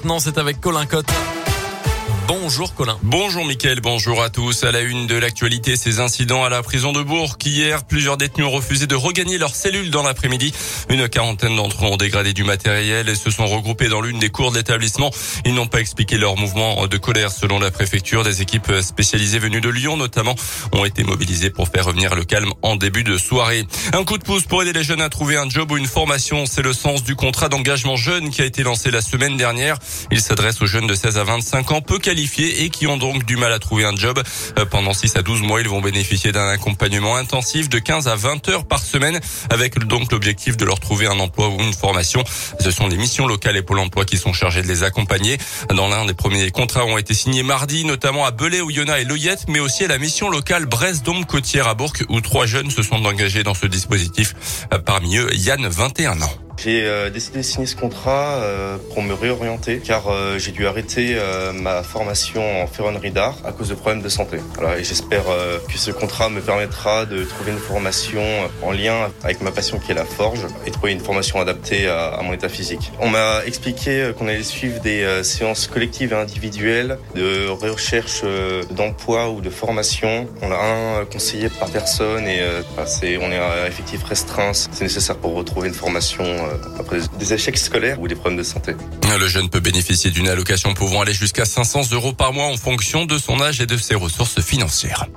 maintenant, c'est avec Colin Cotte. Bonjour Colin. Bonjour Mickaël, bonjour à tous. À la une de l'actualité, ces incidents à la prison de Bourg. Hier, plusieurs détenus ont refusé de regagner leurs cellules dans l'après-midi. Une quarantaine d'entre eux ont dégradé du matériel et se sont regroupés dans l'une des cours de l'établissement. Ils n'ont pas expliqué leur mouvement de colère selon la préfecture. Des équipes spécialisées venues de Lyon notamment ont été mobilisées pour faire revenir le calme en début de soirée. Un coup de pouce pour aider les jeunes à trouver un job ou une formation. C'est le sens du contrat d'engagement jeune qui a été lancé la semaine dernière. Il s'adresse aux jeunes de 16 à 25 ans, peu qualifiés et qui ont donc du mal à trouver un job. Pendant 6 à 12 mois, ils vont bénéficier d'un accompagnement intensif de 15 à 20 heures par semaine avec donc l'objectif de leur trouver un emploi ou une formation. Ce sont les missions locales et Pôle emploi qui sont chargés de les accompagner. Dans l'un des premiers contrats ont été signés mardi, notamment à Belay, Oyonnax et Loyette, mais aussi à la mission locale Brest-Dôme-Côtière à Bourg où 3 jeunes se sont engagés dans ce dispositif. Parmi eux, Yann, 21 ans. J'ai décidé de signer ce contrat pour me réorienter car j'ai dû arrêter ma formation en ferronnerie d'art à cause de problèmes de santé. Voilà, et j'espère que ce contrat me permettra de trouver une formation en lien avec ma passion qui est la forge et trouver une formation adaptée à mon état physique. On m'a expliqué qu'on allait suivre des séances collectives et individuelles de recherche d'emploi ou de formation. On a un conseiller par personne et on est à effectif restreint. C'est nécessaire pour retrouver une formation après des échecs scolaires ou des problèmes de santé. Le jeune peut bénéficier d'une allocation pouvant aller jusqu'à 500 € par mois en fonction de son âge et de ses ressources financières.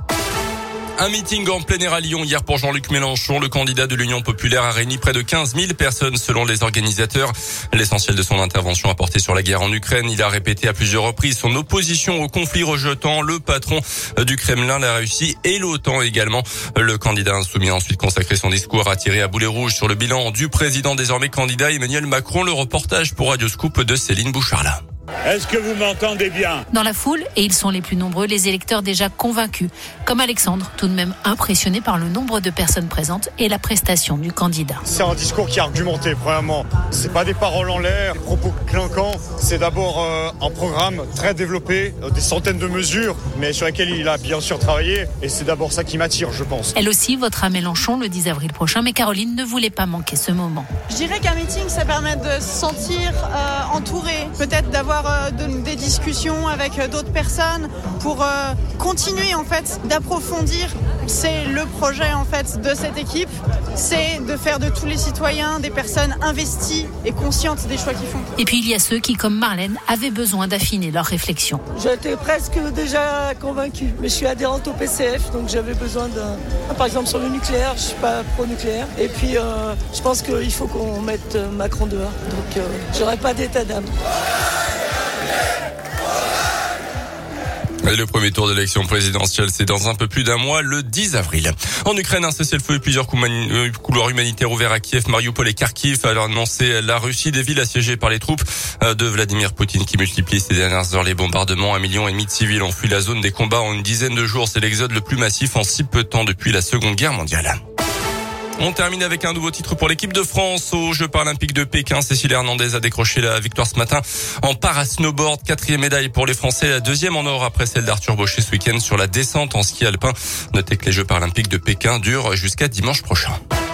Un meeting en plein air à Lyon hier pour Jean-Luc Mélenchon. Le candidat de l'Union populaire a réuni près de 15 000 personnes selon les organisateurs. L'essentiel de son intervention a porté sur la guerre en Ukraine. Il a répété à plusieurs reprises son opposition au conflit, rejetant le patron du Kremlin, la Russie et l'OTAN également. Le candidat insoumis a ensuite consacré son discours à tirer à boulet rouge sur le bilan du président désormais candidat Emmanuel Macron. Le reportage pour Radio Scoop de Céline Bouchard-là. Est-ce que vous m'entendez bien ? Dans la foule, et ils sont les plus nombreux, les électeurs déjà convaincus, comme Alexandre, tout de même impressionné par le nombre de personnes présentes et la prestation du candidat. C'est un discours qui est argumenté, premièrement. C'est pas des paroles en l'air, des propos clinquants. C'est d'abord un programme très développé, des centaines de mesures, mais sur lesquelles il a bien sûr travaillé. Et c'est d'abord ça qui m'attire, je pense. Elle aussi votera Mélenchon le 10 avril prochain, mais Caroline ne voulait pas manquer ce moment. Je dirais qu'un meeting, ça permet de se sentir entouré, peut-être d'avoir des discussions avec d'autres personnes pour continuer en fait d'approfondir. C'est le projet en fait de cette équipe, c'est de faire de tous les citoyens des personnes investies et conscientes des choix qu'ils font. Et puis il y a ceux qui, comme Marlène, avaient besoin d'affiner leur réflexion. J'étais presque déjà convaincue, mais je suis adhérente au PCF, donc j'avais besoin par exemple sur le nucléaire, je suis pas pro-nucléaire. Et puis je pense qu'il faut qu'on mette Macron dehors, donc j'aurais pas d'état d'âme. Et le premier tour d'élection présidentielle, c'est dans un peu plus d'un mois, le 10 avril. En Ukraine, un cessez-le-feu et plusieurs couloirs humanitaires ouverts à Kiev, Mariupol et Kharkiv, a annoncé la Russie, des villes assiégées par les troupes de Vladimir Poutine qui multiplient ces dernières heures les bombardements. 1,5 million de civils ont fui la zone des combats en une dizaine de jours. C'est l'exode le plus massif en si peu de temps depuis la Seconde Guerre mondiale. On termine avec un nouveau titre pour l'équipe de France aux Jeux paralympiques de Pékin. Cécile Hernandez a décroché la victoire ce matin en para-snowboard. 4e médaille pour les Français, la 2e en or après celle d'Arthur Baucher ce week-end sur la descente en ski alpin. Notez que les Jeux paralympiques de Pékin durent jusqu'à dimanche prochain.